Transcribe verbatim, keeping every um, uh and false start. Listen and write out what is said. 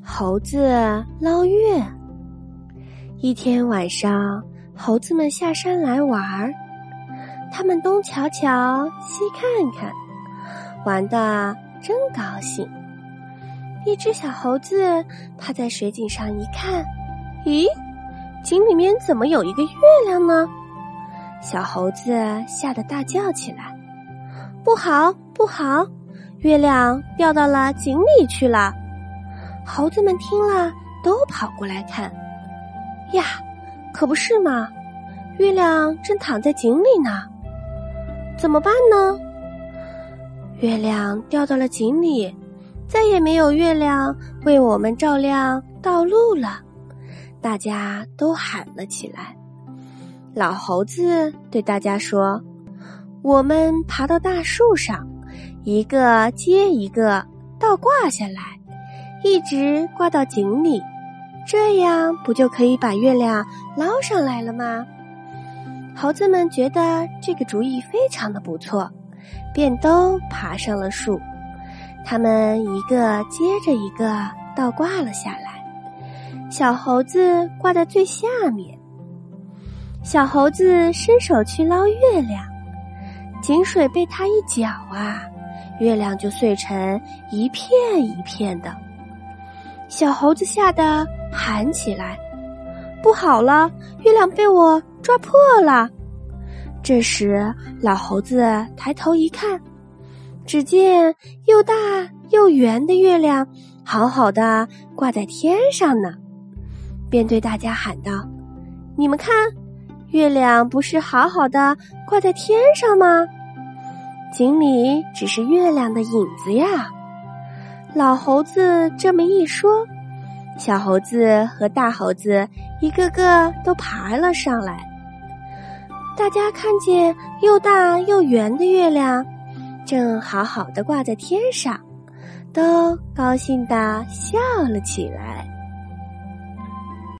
猴子捞月。一天晚上，猴子们下山来玩儿，他们东瞧瞧，西看看，玩得真高兴。一只小猴子趴在水井上一看，咦，井里面怎么有一个月亮呢？小猴子吓得大叫起来，不好不好，月亮掉到了井里去了。猴子们听了都跑过来看，呀，可不是嘛，月亮正躺在井里呢。怎么办呢？月亮掉到了井里，再也没有月亮为我们照亮道路了。大家都喊了起来。老猴子对大家说，我们爬到大树上，一个接一个倒挂下来，一直挂到井里，这样不就可以把月亮捞上来了吗？猴子们觉得这个主意非常的不错，便都爬上了树。他们一个接着一个倒挂了下来，小猴子挂在最下面。小猴子伸手去捞月亮，井水被他一搅啊，月亮就碎成一片一片的。小猴子吓得喊起来，不好了，月亮被我抓破了。这时老猴子抬头一看，只见又大又圆的月亮好好的挂在天上呢，便对大家喊道，你们看，月亮不是好好的挂在天上吗？井里只是月亮的影子呀。老猴子这么一说，小猴子和大猴子一个个都爬了上来。大家看见又大又圆的月亮正好好的挂在天上，都高兴地笑了起来。